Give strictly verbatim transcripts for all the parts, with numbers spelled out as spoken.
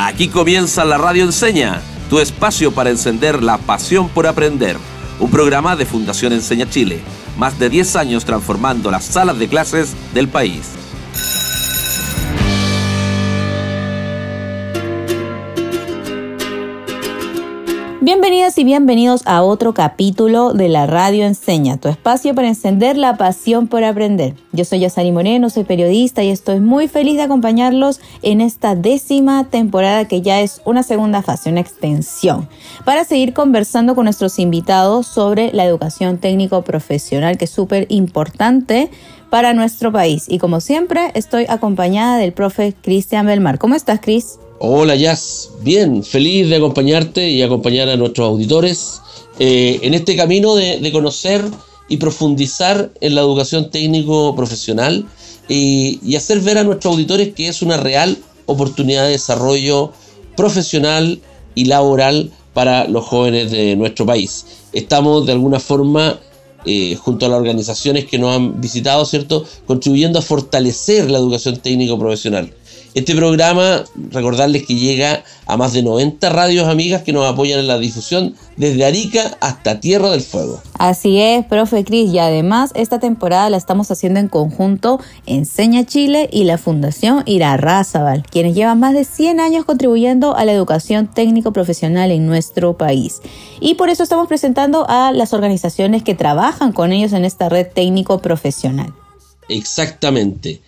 Aquí comienza la Radio Enseña, tu espacio para encender la pasión por aprender. Un programa de Fundación Enseña Chile. Más de diez años transformando las salas de clases del país. Bienvenidas y bienvenidos a otro capítulo de la Radio Enseña, tu espacio para encender la pasión por aprender. Yo soy Yasari Moreno, soy periodista y estoy muy feliz de acompañarlos en esta décima temporada que ya es una segunda fase, una extensión, para seguir conversando con nuestros invitados sobre la educación técnico profesional, que es súper importante para nuestro país. Y como siempre, estoy acompañada del profe Cristian Belmar. ¿Cómo estás, Cris? Hola, Yas. Bien, feliz de acompañarte y acompañar a nuestros auditores eh, en este camino de, de conocer y profundizar en la educación técnico profesional y, y hacer ver a nuestros auditores que es una real oportunidad de desarrollo profesional y laboral para los jóvenes de nuestro país. Estamos de alguna forma Eh, junto a las organizaciones que nos han visitado, ¿cierto?, contribuyendo a fortalecer la educación técnico profesional. Este programa, recordarles que llega a más de noventa radios amigas que nos apoyan en la difusión desde Arica hasta Tierra del Fuego. Así es, profe Cris, y además esta temporada la estamos haciendo en conjunto Enseña Chile y la Fundación Irarrázaval, quienes llevan más de cien años contribuyendo a la educación técnico profesional en nuestro país. Y por eso estamos presentando a las organizaciones que trabajan con ellos en esta red técnico profesional. Exactamente.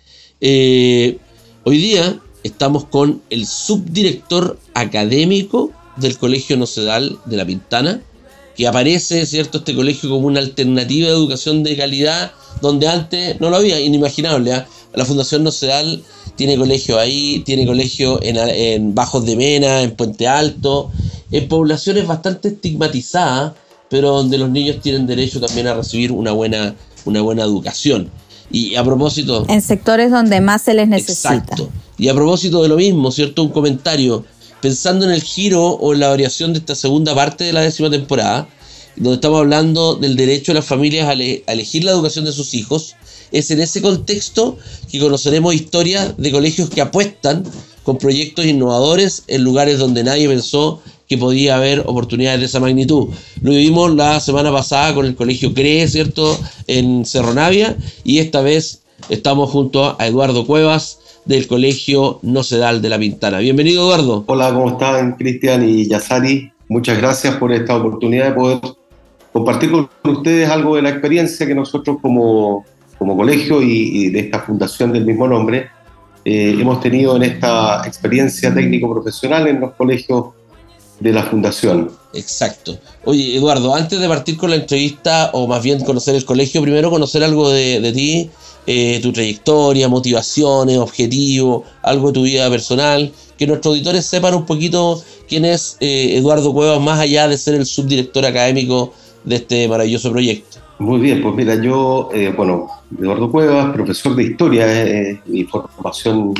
Eh... Hoy día estamos con el subdirector académico del Colegio Nocedal de La Pintana, que aparece, ¿cierto?, este colegio como una alternativa de educación de calidad, donde antes no lo había, inimaginable. ¿eh? La Fundación Nocedal tiene colegio ahí, tiene colegio en, en Bajos de Mena, en Puente Alto, en poblaciones bastante estigmatizadas, pero donde los niños tienen derecho también a recibir una buena, una buena educación. Y a propósito... En sectores donde más se les necesita. Exacto. Y a propósito de lo mismo, ¿cierto? Un comentario. Pensando en el giro o en la variación de esta segunda parte de la décima temporada, donde estamos hablando del derecho de las familias a, le- a elegir la educación de sus hijos, es en ese contexto que conoceremos historias de colegios que apuestan con proyectos innovadores en lugares donde nadie pensó que podía haber oportunidades de esa magnitud. Lo vivimos la semana pasada con el colegio CREE, ¿cierto?, en Cerro Navia, y esta vez estamos junto a Eduardo Cuevas del colegio Nocedal de La Pintana. Bienvenido, Eduardo. Hola, ¿cómo están, Cristian y Yasari? Muchas gracias por esta oportunidad de poder compartir con ustedes algo de la experiencia que nosotros como, como colegio y, y de esta fundación del mismo nombre eh, hemos tenido en esta experiencia técnico-profesional en los colegios de la fundación. Exacto. Oye, Eduardo, antes de partir con la entrevista, o más bien conocer el colegio, primero conocer algo de, de ti, eh, tu trayectoria, motivaciones, objetivos, algo de tu vida personal, que nuestros auditores sepan un poquito quién es eh, Eduardo Cuevas, más allá de ser el subdirector académico de este maravilloso proyecto. Muy bien, pues mira, yo, eh, bueno, Eduardo Cuevas, profesor de historia, eh, mi formación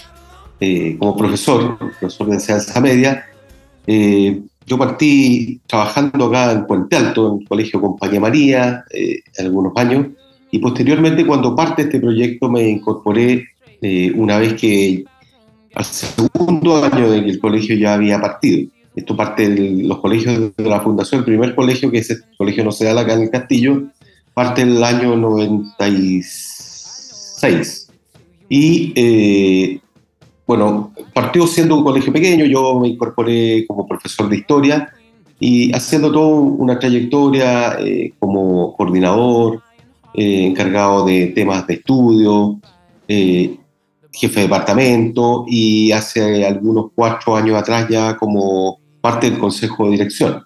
eh, como profesor, profesor de enseñanza media. Eh, yo partí trabajando acá en Puente Alto, en el Colegio Compañía María, eh, algunos años, y posteriormente, cuando parte este proyecto, me incorporé eh, una vez que al segundo año de que el colegio ya había partido. Esto parte de los colegios de la fundación. El primer colegio, que es el Colegio Nocedal acá en el Castillo, parte en el año noventa y seis. Y eh, bueno, partió siendo un colegio pequeño, yo me incorporé como profesor de historia y haciendo toda una trayectoria eh, como coordinador, eh, encargado de temas de estudio, eh, jefe de departamento, y hace algunos cuatro años atrás ya como parte del consejo de dirección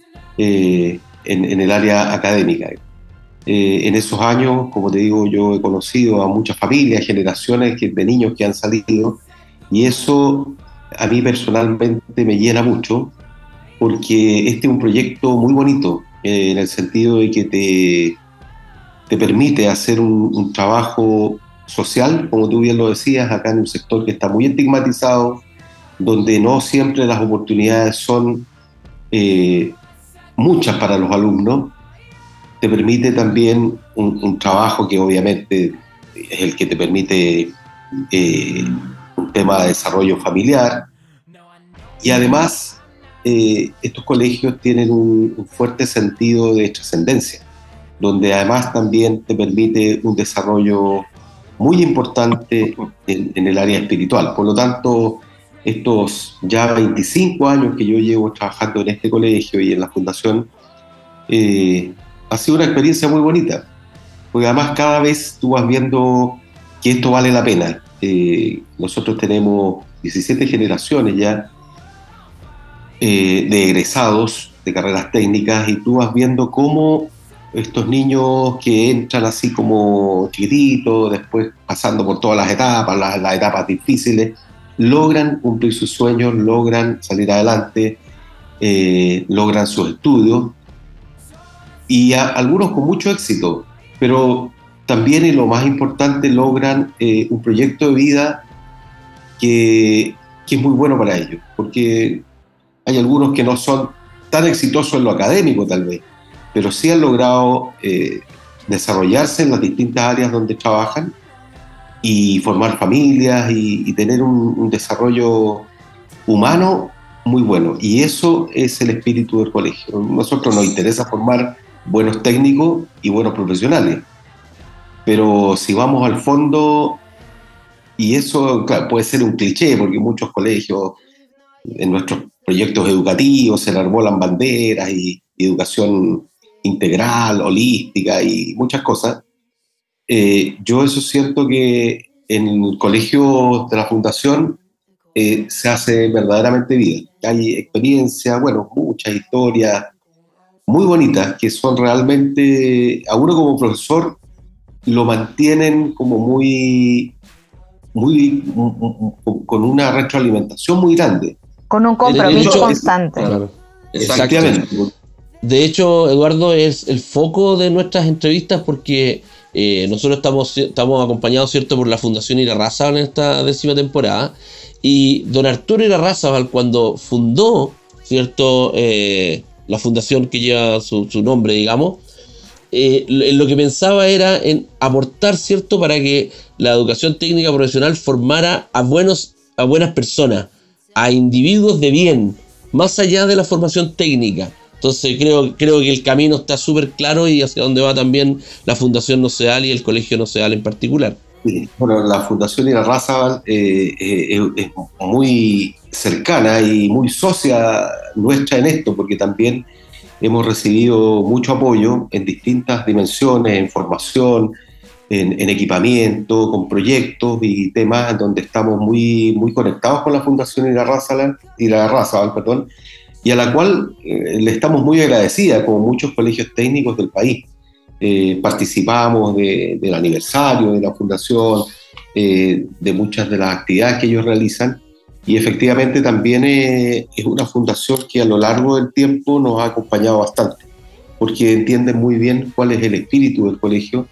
eh, en, en el área académica. Eh, en esos años, como te digo, yo he conocido a muchas familias, generaciones que, de niños que han salido, y eso a mí personalmente me llena mucho, porque este es un proyecto muy bonito, eh, en el sentido de que te, te permite hacer un, un trabajo social, como tú bien lo decías, acá en un sector que está muy estigmatizado, donde no siempre las oportunidades son eh, muchas para los alumnos. Te permite también un, un trabajo que obviamente es el que te permite eh, un tema de desarrollo familiar, y además eh, estos colegios tienen un, un fuerte sentido de trascendencia, donde además también te permite un desarrollo muy importante en, en el área espiritual. Por lo tanto, estos ya veinticinco años que yo llevo trabajando en este colegio y en la fundación, eh, ha sido una experiencia muy bonita, porque además cada vez tú vas viendo que esto vale la pena. Eh, nosotros tenemos diecisiete generaciones ya eh, de egresados de carreras técnicas, y tú vas viendo cómo estos niños que entran así como chiquititos, después pasando por todas las etapas, las, las etapas difíciles, logran cumplir sus sueños, logran salir adelante, eh, logran sus estudios, y a, algunos con mucho éxito, pero también, y lo más importante, logran eh, un proyecto de vida que, que es muy bueno para ellos, porque hay algunos que no son tan exitosos en lo académico tal vez, pero sí han logrado eh, desarrollarse en las distintas áreas donde trabajan y formar familias y, y tener un, un desarrollo humano muy bueno. Y eso es el espíritu del colegio. A nosotros nos interesa formar buenos técnicos y buenos profesionales, pero si vamos al fondo, y eso claro, puede ser un cliché, porque muchos colegios en nuestros proyectos educativos se enarbolan banderas y, y educación integral, holística y muchas cosas. Eh, yo eso siento que en el colegio de la Fundación eh, se hace verdaderamente vida. Hay experiencias, bueno, muchas historias muy bonitas que son realmente, a uno como profesor lo mantienen como muy, muy, con una retroalimentación muy grande. Con un compromiso hecho, constante. Es, claro. Exactamente. De hecho, Eduardo, es el foco de nuestras entrevistas porque eh, nosotros estamos, estamos acompañados, ¿cierto?, por la Fundación Irarrázaval en esta décima temporada, y don Arturo Irarrázaval, cuando fundó, ¿cierto?, eh, la fundación que lleva su, su nombre, digamos, eh, lo que pensaba era en aportar, ¿cierto?, para que la educación técnica profesional formara a, buenos, a buenas personas, a individuos de bien, más allá de la formación técnica. Entonces creo, creo que el camino está súper claro y hacia dónde va también la Fundación Nocedal y el Colegio Nocedal en particular. Sí, bueno, la Fundación Irarrázaval eh, eh, es muy cercana y muy socia nuestra en esto, porque también hemos recibido mucho apoyo en distintas dimensiones, en formación, en, en equipamiento, con proyectos y temas en donde estamos muy, muy conectados con la Fundación Irarrázaval, Irarrázaval, perdón, y a la cual eh, le estamos muy agradecida, como muchos colegios técnicos del país. Eh, participamos de, del aniversario de la fundación, eh, de muchas de las actividades que ellos realizan, y efectivamente también eh, es una fundación que a lo largo del tiempo nos ha acompañado bastante, porque entienden muy bien cuál es el espíritu del colegio,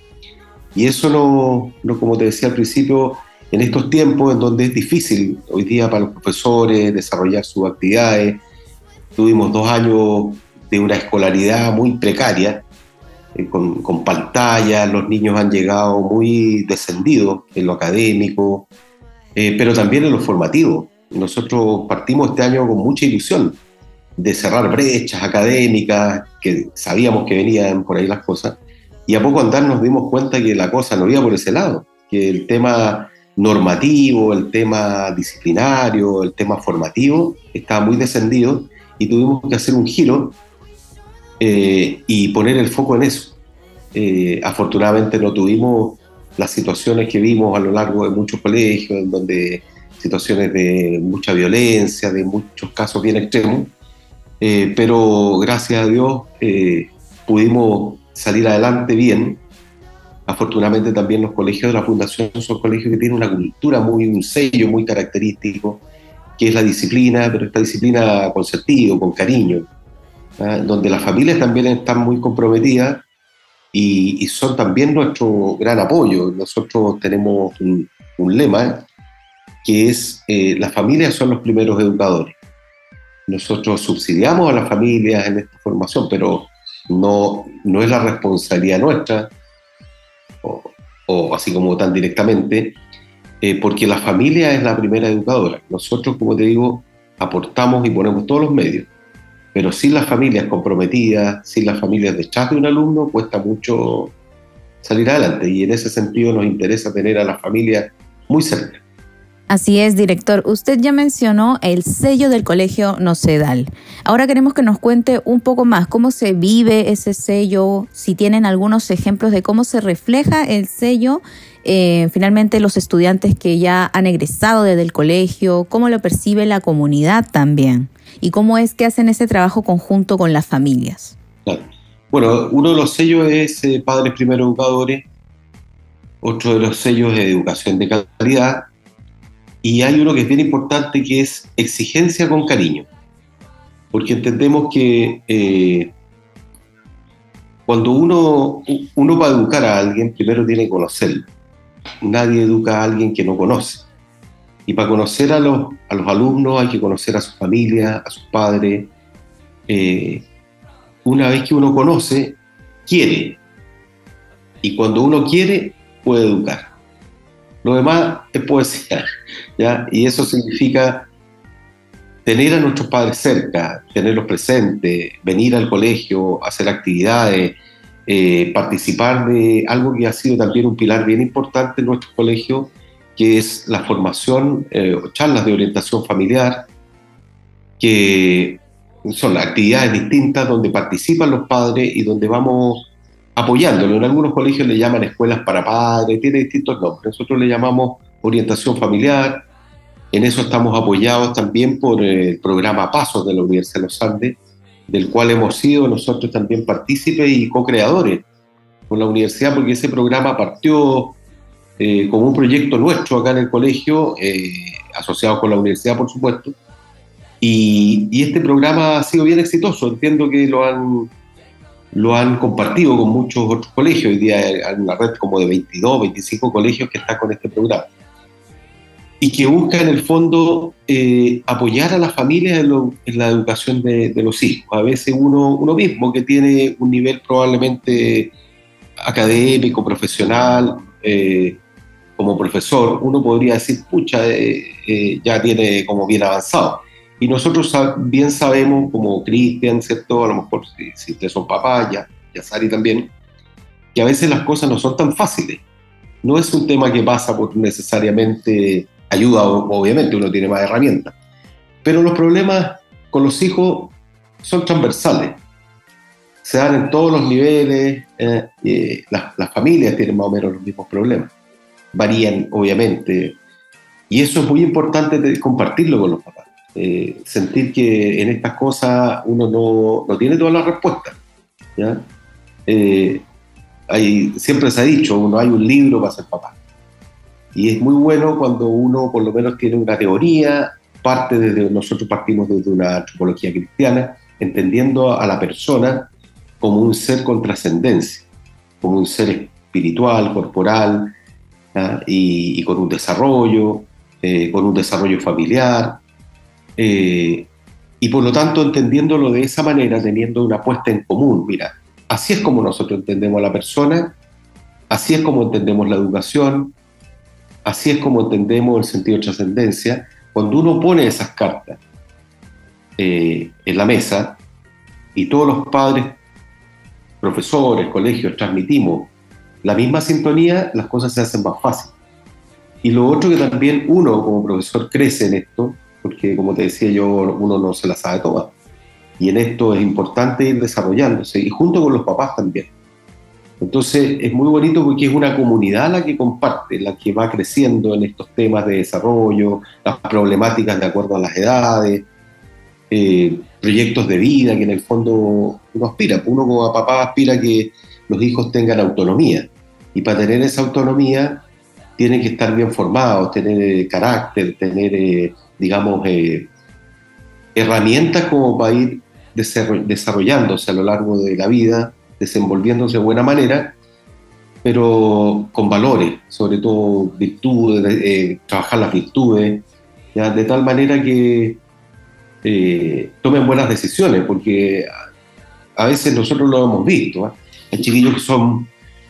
y eso no, no, como te decía al principio, en estos tiempos en donde es difícil hoy día para los profesores desarrollar sus actividades. Tuvimos dos años de una escolaridad muy precaria, eh, con, con pantallas, los niños han llegado muy descendidos en lo académico, eh, pero también en lo formativo. Nosotros partimos este año con mucha ilusión de cerrar brechas académicas, que sabíamos que venían por ahí las cosas, y a poco andar nos dimos cuenta que la cosa no iba por ese lado, que el tema normativo, el tema disciplinario, el tema formativo estaba muy descendido, y tuvimos que hacer un giro eh, y poner el foco en eso. Eh, afortunadamente no tuvimos las situaciones que vimos a lo largo de muchos colegios, en donde situaciones de mucha violencia, de muchos casos bien extremos, eh, pero gracias a Dios eh, pudimos salir adelante bien. Afortunadamente también los colegios de la Fundación son colegios que tienen una cultura, muy, un sello muy característico, que es la disciplina, pero esta disciplina con sentido, con cariño, ¿eh? Donde las familias también están muy comprometidas y, y son también nuestro gran apoyo. Nosotros tenemos un, un lema que es eh, las familias son los primeros educadores. Nosotros subsidiamos a las familias en esta formación, pero no, no es la responsabilidad nuestra, o, o así como tan directamente, Eh, porque la familia es la primera educadora. Nosotros, como te digo, aportamos y ponemos todos los medios, pero sin las familias comprometidas, sin las familias detrás de un alumno, cuesta mucho salir adelante, y en ese sentido nos interesa tener a las familias muy cerca. Así es, director. Usted ya mencionó el sello del Colegio Nocedal. Ahora queremos que nos cuente un poco más cómo se vive ese sello, si tienen algunos ejemplos de cómo se refleja el sello, eh, finalmente los estudiantes que ya han egresado desde el colegio, cómo lo percibe la comunidad también, y cómo es que hacen ese trabajo conjunto con las familias. Claro. Bueno, uno de los sellos es eh, Padres Primero Educadores, otro de los sellos es Educación de Calidad, y hay uno que es bien importante, que es Exigencia con Cariño, porque entendemos que eh, cuando uno, uno va a educar a alguien, primero tiene que conocerlo. Nadie educa a alguien que no conoce. Y para conocer a los, a los alumnos hay que conocer a su familia, a sus padres. Eh, una vez que uno conoce, quiere. Y cuando uno quiere, puede educar. Lo demás es poesía, ¿ya? Y eso significa tener a nuestros padres cerca, tenerlos presentes, venir al colegio, hacer actividades, eh, participar de algo que ha sido también un pilar bien importante en nuestro colegio, que es la formación, eh, charlas de orientación familiar, que son actividades distintas donde participan los padres y donde vamos apoyándolo. En algunos colegios le llaman escuelas para padres, tiene distintos nombres. Nosotros le llamamos orientación familiar. En eso estamos apoyados también por el programa Pasos de la Universidad de los Andes, del cual hemos sido nosotros también partícipes y co-creadores con la universidad, porque ese programa partió eh, como un proyecto nuestro acá en el colegio, eh, asociado con la universidad, por supuesto, y, y este programa ha sido bien exitoso. Entiendo que lo han lo han compartido con muchos otros colegios. Hoy día hay una red como de veintidós, veinticinco colegios que está con este programa y que busca en el fondo eh, apoyar a las familias en, lo, en la educación de, de los hijos. A veces uno, uno mismo que tiene un nivel probablemente académico, profesional, eh, como profesor, uno podría decir, pucha, eh, eh, ya tiene como bien avanzado. Y nosotros bien sabemos, como Cristian, ¿cierto? A lo mejor si, si ustedes son papás, ya, ya Sari también, que a veces las cosas no son tan fáciles. No es un tema que pasa por necesariamente ayuda, obviamente uno tiene más herramientas, pero los problemas con los hijos son transversales. Se dan en todos los niveles, eh, eh, las, las familias tienen más o menos los mismos problemas. Varían, obviamente, y eso es muy importante de compartirlo con los papás. Eh, sentir que en estas cosas uno no, no tiene todas las respuestas, ¿ya? Eh, hay, siempre se ha dicho, no hay un libro para ser papá, y es muy bueno cuando uno por lo menos tiene una teoría, parte desde, nosotros partimos desde una antropología cristiana, entendiendo a la persona como un ser con trascendencia, como un ser espiritual, corporal, y, y con un desarrollo, eh, con un desarrollo familiar. Eh, y por lo tanto, entendiéndolo de esa manera, teniendo una puesta en común, mira, así es como nosotros entendemos a la persona, así es como entendemos la educación, así es como entendemos el sentido de trascendencia. Cuando uno pone esas cartas eh, en la mesa y todos los padres, profesores, colegios transmitimos la misma sintonía, las cosas se hacen más fáciles. Y lo otro que también uno como profesor crece en esto, porque como te decía yo, uno no se la sabe toda. Y en esto es importante ir desarrollándose, y junto con los papás también. Entonces es muy bonito porque es una comunidad la que comparte, la que va creciendo en estos temas de desarrollo, las problemáticas de acuerdo a las edades, eh, proyectos de vida que en el fondo uno aspira. Uno como papá aspira a que los hijos tengan autonomía, y para tener esa autonomía tienen que estar bien formados, tener eh, carácter, tener... Eh, digamos, eh, herramientas como para ir desarrollándose a lo largo de la vida, desenvolviéndose de buena manera, pero con valores, sobre todo virtudes, eh, trabajar las virtudes, ¿ya? De tal manera que eh, tomen buenas decisiones, porque a, a veces nosotros lo hemos visto, ¿eh? Hay chiquillos que son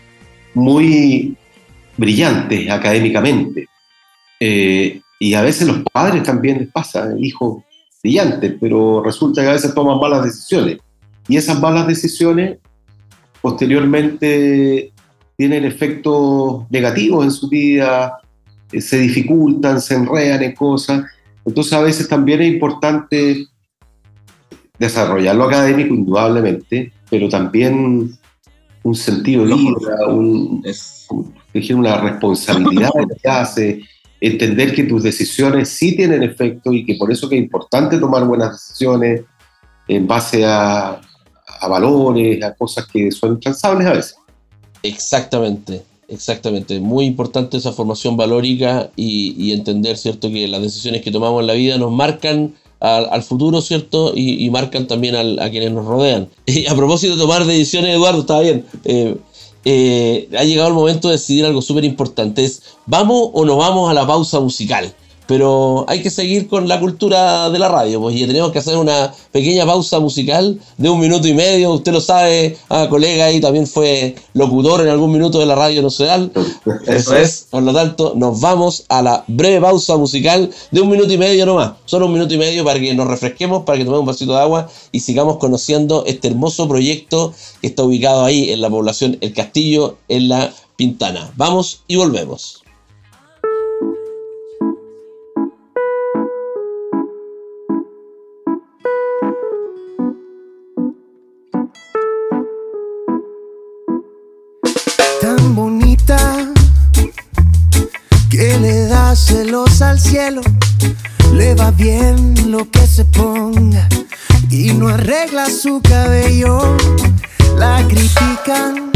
muy brillantes académicamente, eh, y a veces los padres también les pasa, el hijo brillantes, pero resulta que a veces toman malas decisiones. Y esas malas decisiones posteriormente tienen efectos negativos en su vida, eh, se dificultan, se enredan en cosas. Entonces a veces también es importante desarrollar lo académico, indudablemente, pero también un sentido de vida, un, un, una responsabilidad que hace, entender que tus decisiones sí tienen efecto y que por eso que es importante tomar buenas decisiones en base a, a valores, a cosas que son intransables a veces. Exactamente, exactamente. Muy importante esa formación valórica y, y entender, ¿cierto?, que las decisiones que tomamos en la vida nos marcan al, al futuro, ¿cierto?, y, y marcan también al, a quienes nos rodean. Y a propósito de tomar decisiones, Eduardo, está bien, eh, eh, ha llegado el momento de decidir algo súper importante, es ¿vamos o no vamos a la pausa musical? Pero hay que seguir con la cultura de la radio, pues, y tenemos que hacer una pequeña pausa musical de un minuto y medio. Usted lo sabe, ah, colega, ahí también fue locutor en algún minuto de la radio nacional. Eso es. Por lo tanto, nos vamos a la breve pausa musical de un minuto y medio nomás. Solo un minuto y medio para que nos refresquemos, para que tomemos un vasito de agua y sigamos conociendo este hermoso proyecto que está ubicado ahí en la población El Castillo, en La Pintana. Vamos y volvemos. Tan bonita que le da celos al cielo, le va bien lo que se ponga y no arregla su cabello. La critican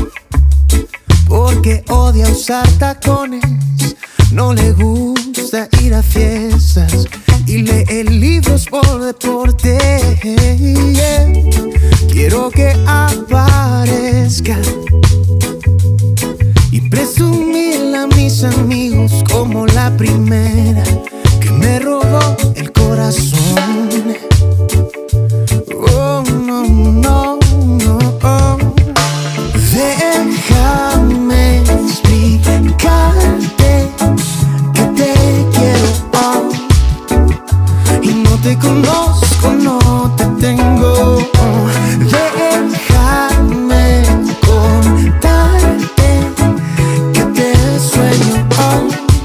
porque odia usar tacones, no le gusta ir a fiestas y lee libros por deporte. Yeah. Quiero que aparezca y presumirle a mis amigos como la primera que me robó el corazón. Oh, no, no, no, oh. Déjame explicarte que te quiero, oh. Y no te conozco, no te tengo, oh. Déjame contarte que te sueño, oh.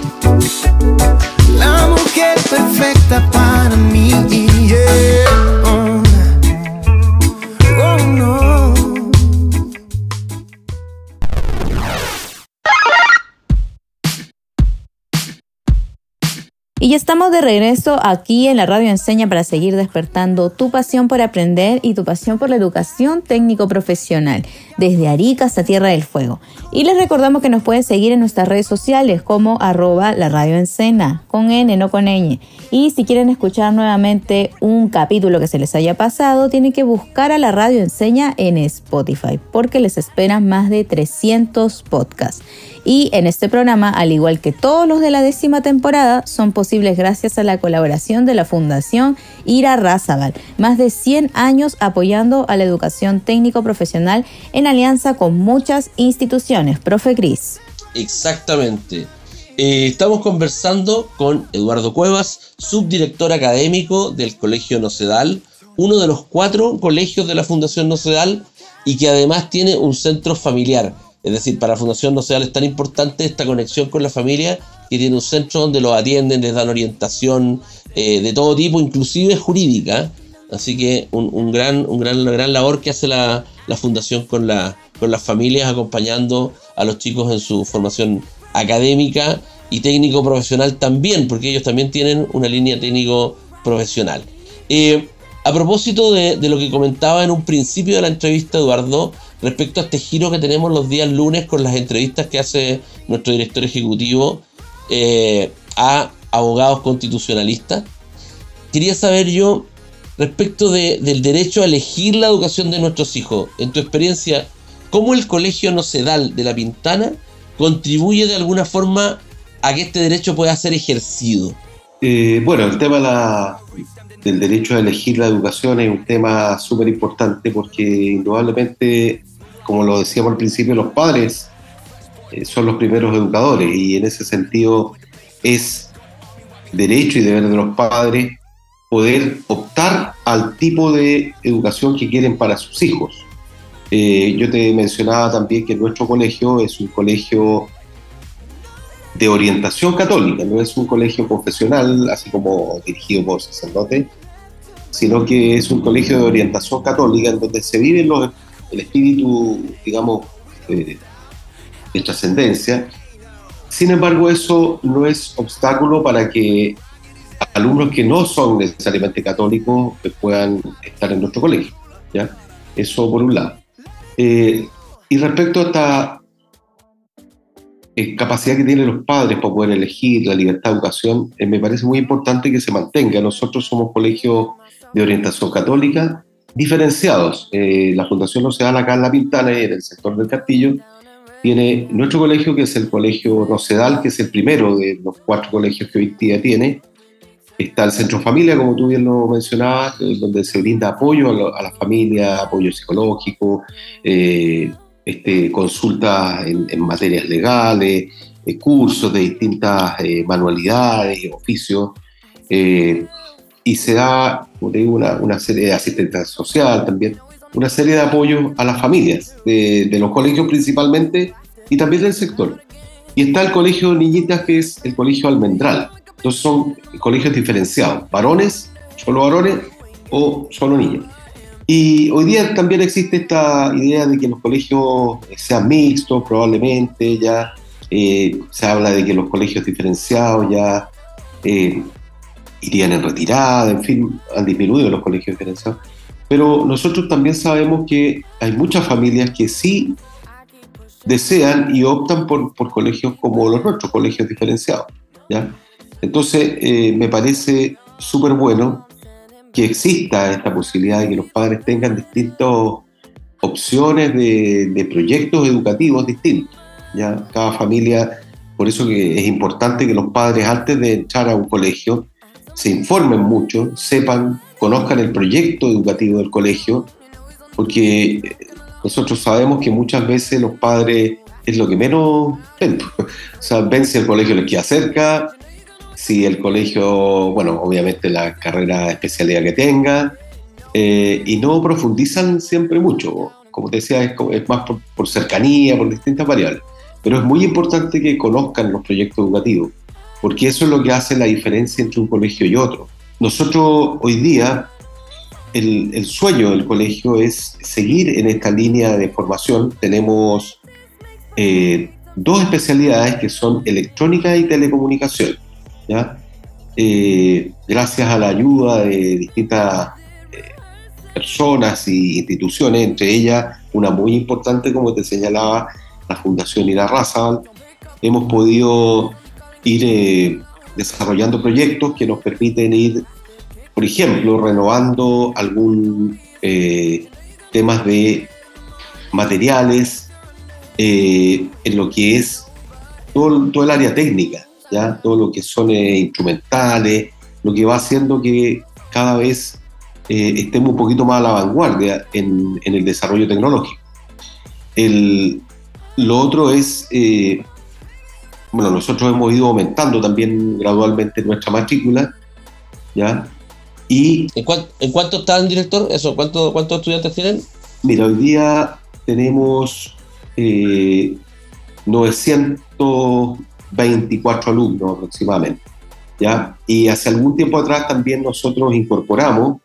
La mujer perfecta para mí, yeah. Oh, oh no. Y ya estamos de regreso aquí en la Radio Enseña para seguir despertando tu pasión por aprender y tu pasión por la educación técnico-profesional, desde Arica hasta Tierra del Fuego. Y les recordamos que nos pueden seguir en nuestras redes sociales como arroba la Radio Enseña, con N, no con ñ. Y si quieren escuchar nuevamente un capítulo que se les haya pasado, tienen que buscar a la Radio Enseña en Spotify, porque les esperan más de trescientos podcasts. Y en este programa, al igual que todos los de la décima temporada, son posibles gracias a la colaboración de la Fundación Irarrázaval. Más de cien años apoyando a la educación técnico-profesional en alianza con muchas instituciones. Profe Cris. Exactamente. Eh, estamos conversando con Eduardo Cuevas, subdirector académico del Colegio Nocedal, uno de los cuatro colegios de la Fundación Nocedal y que además tiene un centro familiar. Es decir, para la Fundación Nocedal es tan importante esta conexión con la familia que tiene un centro donde los atienden, les dan orientación eh, de todo tipo, inclusive jurídica. Así que un, un gran, un gran, una gran labor que hace la, la Fundación con, la, con las familias, acompañando a los chicos en su formación académica y técnico-profesional también, porque ellos también tienen una línea técnico-profesional. Eh, a propósito de, de lo que comentaba en un principio de la entrevista, Eduardo, respecto a este giro que tenemos los días lunes con las entrevistas que hace nuestro director ejecutivo eh, a abogados constitucionalistas, quería saber yo, respecto de, del derecho a elegir la educación de nuestros hijos, en tu experiencia, ¿cómo el Colegio Nocedal de La Pintana contribuye de alguna forma a que este derecho pueda ser ejercido? Eh, bueno, el tema de la, del derecho a elegir la educación es un tema súper importante porque indudablemente, como lo decíamos al principio, los padres eh, son los primeros educadores y en ese sentido es derecho y deber de los padres poder optar al tipo de educación que quieren para sus hijos. Eh, yo te mencionaba también que nuestro colegio es un colegio de orientación católica, no es un colegio confesional, así como dirigido por sacerdotes, sino que es un colegio de orientación católica en donde se vive los, el espíritu, digamos, eh, de trascendencia. Sin embargo, eso no es obstáculo para que alumnos que no son necesariamente católicos puedan estar en nuestro colegio, ¿ya? Eso por un lado. Eh, y respecto a esta eh, capacidad que tienen los padres para poder elegir la libertad de educación, eh, me parece muy importante que se mantenga. Nosotros somos colegios de orientación católica diferenciados. Eh, la Fundación Nocedal acá en La Pintana, en el sector del Castillo, tiene nuestro colegio, que es el colegio Nocedal, que es el primero de los cuatro colegios que hoy día tiene. Está el Centro Familia, como tú bien lo mencionabas, donde se brinda apoyo a, lo, a la familia, apoyo psicológico, eh, este, consultas en, en materias legales, eh, cursos de distintas eh, manualidades y oficios, eh, y se da, como te digo, una, una serie de asistencia social también, una serie de apoyos a las familias, de, de los colegios principalmente, y también del sector. Y está el colegio Niñitas, que es el colegio Almendral. Entonces son colegios diferenciados, varones, solo varones o solo niños. Y hoy día también existe esta idea de que los colegios sean mixtos, probablemente ya eh, se habla de que los colegios diferenciados ya eh, irían en retirada, en fin, han disminuido los colegios diferenciados. Pero nosotros también sabemos que hay muchas familias que sí desean y optan por, por colegios como los nuestros, colegios diferenciados, ¿ya? Entonces, eh, me parece súper bueno que exista esta posibilidad de que los padres tengan distintas opciones de, de proyectos educativos distintos, ¿ya? Cada familia, por eso que es importante que los padres, antes de entrar a un colegio, se informen mucho, sepan, conozcan el proyecto educativo del colegio, porque nosotros sabemos que muchas veces los padres es lo que menos ven. O sea, ven si el colegio les queda cerca, si el colegio, bueno, obviamente la carrera de especialidad que tenga, eh, y no profundizan siempre mucho. Como te decía, es, es más por, por cercanía, por distintas variables. Pero es muy importante que conozcan los proyectos educativos, porque eso es lo que hace la diferencia entre un colegio y otro. Nosotros hoy día, el, el sueño del colegio es seguir en esta línea de formación. Tenemos eh, dos especialidades que son electrónica y telecomunicación, ¿ya? Eh, gracias a la ayuda de distintas eh, personas y instituciones, entre ellas una muy importante, como te señalaba, la Fundación Irarrázaval, hemos podido ir eh, desarrollando proyectos que nos permiten ir, por ejemplo, renovando algún eh, temas de materiales eh, en lo que es todo, todo el área técnica, ¿ya? Todo lo que son eh, instrumentales, lo que va haciendo que cada vez eh, estemos un poquito más a la vanguardia en, en el desarrollo tecnológico. El, lo otro es, eh, bueno, nosotros hemos ido aumentando también gradualmente nuestra matrícula, ¿ya? Y ¿En, cuánto, ¿En cuánto están, director? Eso, ¿cuánto, ¿Cuántos estudiantes tienen? Mira, hoy día tenemos eh, novecientos veinticuatro alumnos aproximadamente, ¿ya? Y hace algún tiempo atrás también nosotros incorporamos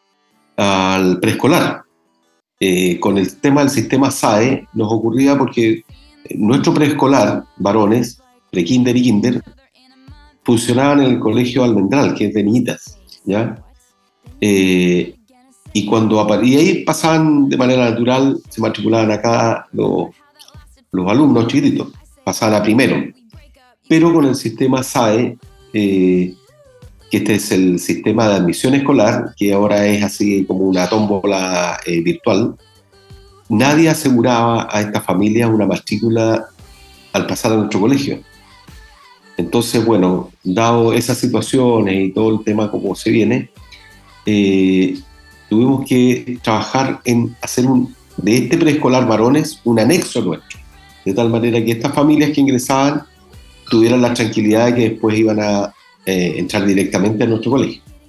al preescolar. Eh, con el tema del sistema S A E nos ocurría porque nuestro preescolar, varones, prekinder y kinder, funcionaban en el colegio Almendral, que es de niñitas, ¿ya? Eh, y, cuando, y ahí pasaban de manera natural, se matriculaban acá los, los alumnos chiquititos, pasaban a primero. Pero con el sistema S A E, eh, que este es el sistema de admisión escolar, que ahora es así como una tómbola eh, virtual, nadie aseguraba a esta familia una matrícula al pasar a nuestro colegio. Entonces, bueno, dado esas situaciones y todo el tema como se viene, eh, tuvimos que trabajar en hacer un, de este preescolar varones un anexo nuestro, de tal manera que estas familias que ingresaban tuvieran la tranquilidad de que después iban a eh, entrar directamente a nuestro colegio.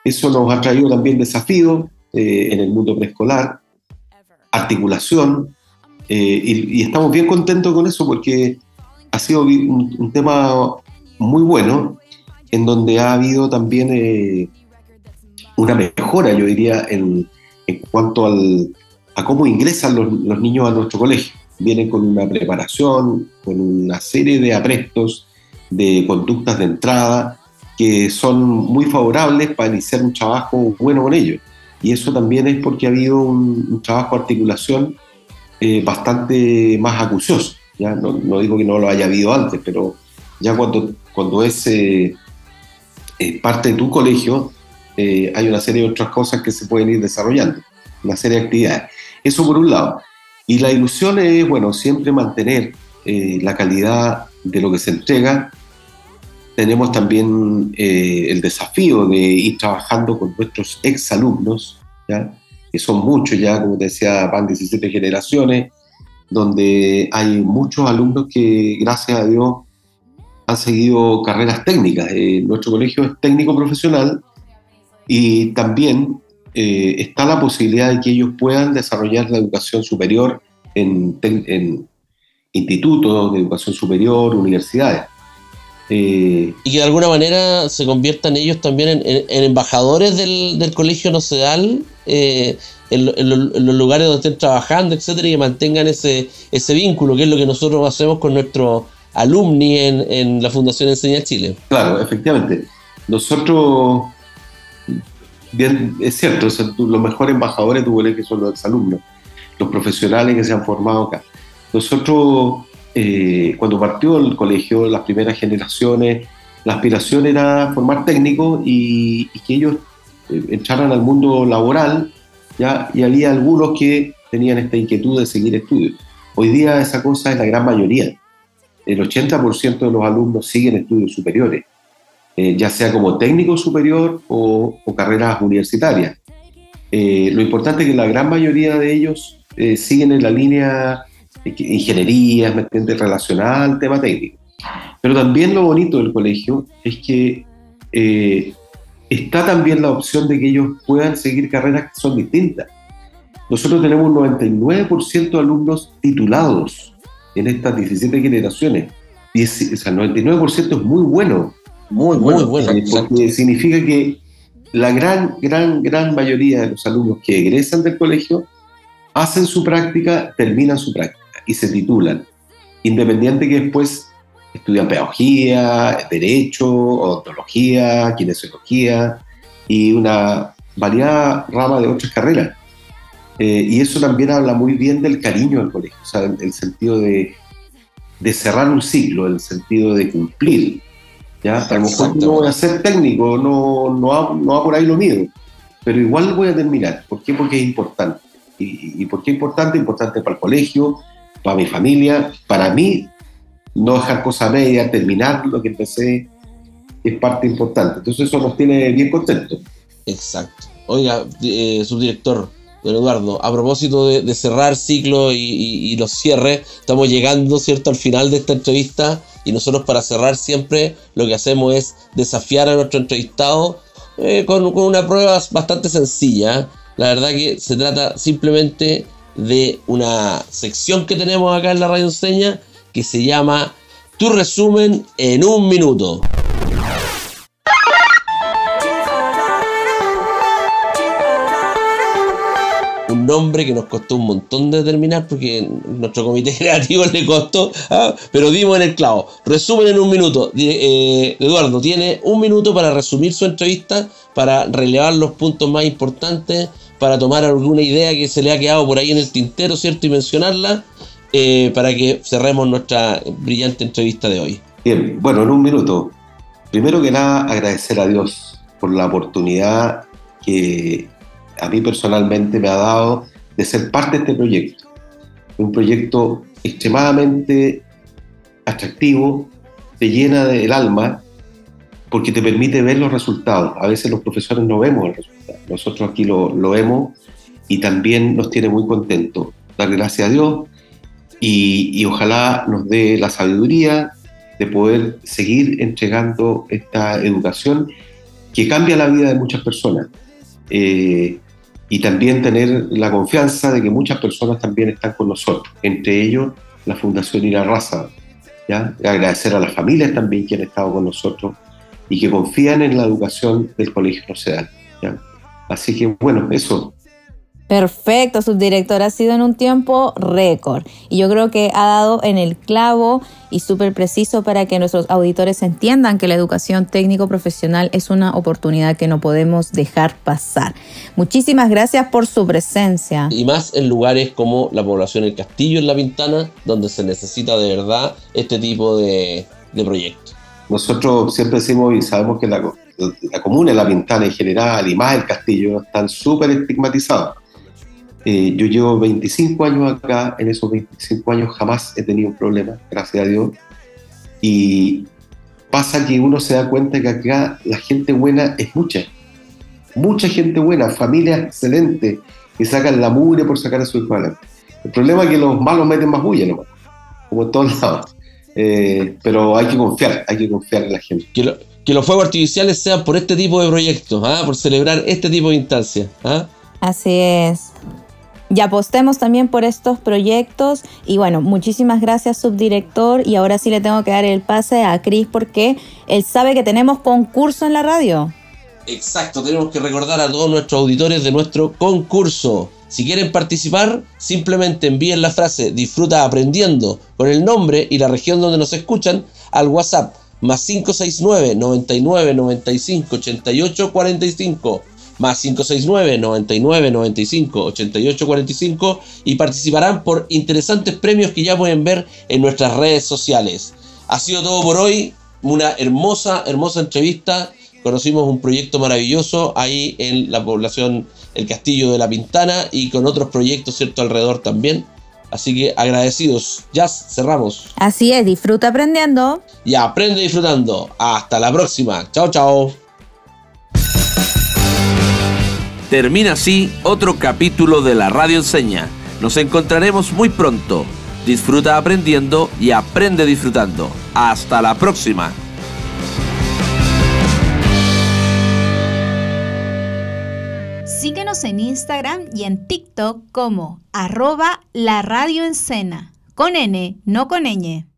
Eso nos ha traído también desafíos eh, en el mundo preescolar, articulación, eh, y, y estamos bien contentos con eso porque ha sido un, un tema muy bueno, en donde ha habido también eh, una mejora, yo diría, en, en cuanto al, a cómo ingresan los, los niños a nuestro colegio. Vienen con una preparación, con una serie de aprestos, de conductas de entrada, que son muy favorables para iniciar un trabajo bueno con ellos. Y eso también es porque ha habido un, un trabajo de articulación eh, bastante más acucioso. ¿Ya? No, no digo que no lo haya habido antes, pero ya cuando, cuando es eh, eh, parte de tu colegio, eh, hay una serie de otras cosas que se pueden ir desarrollando, una serie de actividades. Eso por un lado. Y la ilusión es, bueno, siempre mantener eh, la calidad de lo que se entrega. Tenemos también eh, el desafío de ir trabajando con nuestros exalumnos, ¿ya? Que son muchos ya, como te decía, van diecisiete generaciones, donde hay muchos alumnos que, gracias a Dios, han seguido carreras técnicas. Eh, nuestro colegio es técnico profesional y también eh, está la posibilidad de que ellos puedan desarrollar la educación superior en, en institutos de educación superior, universidades. Eh, y que de alguna manera se conviertan ellos también en, en, en embajadores del, del colegio nocedal, eh, en, en, en los lugares donde estén trabajando, etcétera, y que mantengan ese, ese vínculo, que es lo que nosotros hacemos con nuestros alumni en, en la Fundación Enseña Chile. Claro, efectivamente. Nosotros, bien, es cierto, los mejores embajadores de tu colegio son los exalumnos, los profesionales que se han formado acá. Nosotros, eh, cuando partió el colegio, las primeras generaciones, la aspiración era formar técnicos y, y que ellos eh, entraran al mundo laboral, ¿ya? Y había algunos que tenían esta inquietud de seguir estudios. Hoy día esa cosa es la gran mayoría. El ochenta por ciento de los alumnos siguen estudios superiores, eh, ya sea como técnico superior o, o carreras universitarias. Eh, lo importante es que la gran mayoría de ellos eh, siguen en la línea de ingeniería, relacionada al tema técnico. Pero también lo bonito del colegio es que eh, está también la opción de que ellos puedan seguir carreras que son distintas. Nosotros tenemos un noventa y nueve por ciento de alumnos titulados en estas diecisiete generaciones. Y es, o sea, noventa y nueve por ciento es muy bueno. Muy bueno. Muy bueno eh, porque significa que la gran, gran, gran mayoría de los alumnos que egresan del colegio hacen su práctica, terminan su práctica y se titulan, independiente que después estudian pedagogía, derecho, odontología, kinesiología y una variada rama de otras carreras. Eh, y eso también habla muy bien del cariño del colegio, o sea, el, el sentido de, de cerrar un ciclo, el sentido de cumplir. ¿Ya? A lo mejor no voy a ser técnico, no, no, va, no va por ahí lo mío, pero igual voy a terminar. ¿Por qué? Porque es importante. ¿Y, y por qué es importante? Importante para el colegio, para mi familia, para mí, no dejar cosas medias, terminar lo que empecé, es parte importante. Entonces eso nos tiene bien contentos. Exacto. Oiga, eh, subdirector, don Eduardo, a propósito de, de cerrar ciclo y, y, y los cierres, estamos llegando, ¿cierto?, al final de esta entrevista, y nosotros para cerrar siempre lo que hacemos es desafiar a nuestro entrevistado eh, con, con una prueba bastante sencilla. La verdad que se trata simplemente de una sección que tenemos acá en la Radio Enseña que se llama Tu resumen en un minuto. Un nombre que nos costó un montón de determinar porque nuestro comité creativo le costó, ¿ah? Pero dimos en el clavo. Resumen en un minuto. Eh, Eduardo tiene un minuto para resumir su entrevista, para relevar los puntos más importantes, para tomar alguna idea que se le ha quedado por ahí en el tintero, ¿cierto? Y mencionarla, eh, para que cerremos nuestra brillante entrevista de hoy. Bien, bueno, en un minuto. Primero que nada, agradecer a Dios por la oportunidad que a mí personalmente me ha dado de ser parte de este proyecto. Un proyecto extremadamente atractivo, te llena del alma, porque te permite ver los resultados. A veces los profesores no vemos el resultado. Nosotros aquí lo, lo vemos y también nos tiene muy contentos. Dar gracias a Dios y, y ojalá nos dé la sabiduría de poder seguir entregando esta educación que cambia la vida de muchas personas. Eh, y también tener la confianza de que muchas personas también están con nosotros, entre ellos la Fundación Y la Raza, ¿ya? Agradecer a las familias también que han estado con nosotros y que confían en la educación del Colegio Nocedal, ¿ya? Así que bueno, eso. Perfecto, subdirector, ha sido en un tiempo récord y yo creo que ha dado en el clavo y súper preciso para que nuestros auditores entiendan que la educación técnico-profesional es una oportunidad que no podemos dejar pasar. Muchísimas gracias por su presencia. Y más en lugares como la población El Castillo en La Pintana, donde se necesita de verdad este tipo de, de proyectos. Nosotros siempre decimos y sabemos que la, la comuna de La Pintana en general y más El Castillo están súper estigmatizados. Eh, yo llevo veinticinco años acá, en esos veinticinco años jamás he tenido un problema, gracias a Dios. Y pasa que uno se da cuenta que acá la gente buena es mucha, mucha gente buena, familias excelentes que sacan la mugre por sacar a su hijo adelante. El problema es que los malos meten más bulla, ¿no? Como en todos lados. Eh, pero hay que confiar, hay que confiar en la gente. Que, lo, que los fuegos artificiales sean por este tipo de proyectos, ¿ah? Por celebrar este tipo de instancias, ¿ah? Así es. Y apostemos también por estos proyectos. Y bueno, muchísimas gracias, subdirector. Y ahora sí le tengo que dar el pase a Cris porque él sabe que tenemos concurso en la radio. Exacto, tenemos que recordar a todos nuestros auditores de nuestro concurso. Si quieren participar, simplemente envíen la frase "disfruta aprendiendo" con el nombre y la región donde nos escuchan al WhatsApp más cinco seis nueve, noventa y nueve, noventa y cinco, ochenta y ocho, cuarenta y cinco. Más cinco seis nueve, noventa y nueve, noventa y cinco, ochenta y ocho, cuarenta y cinco y participarán por interesantes premios que ya pueden ver en nuestras redes sociales. Ha sido todo por hoy, una hermosa, hermosa entrevista. Conocimos un proyecto maravilloso ahí en la población El Castillo de La Pintana y con otros proyectos, ¿cierto?, alrededor también. Así que agradecidos. Ya cerramos. Así es, disfruta aprendiendo. Y aprende disfrutando. Hasta la próxima. Chao, chao. Termina así otro capítulo de la Radio Enseña. Nos encontraremos muy pronto. Disfruta aprendiendo y aprende disfrutando. Hasta la próxima. Síguenos en Instagram y en TikTok como arroba la Radio Encena, con N, no con ñ.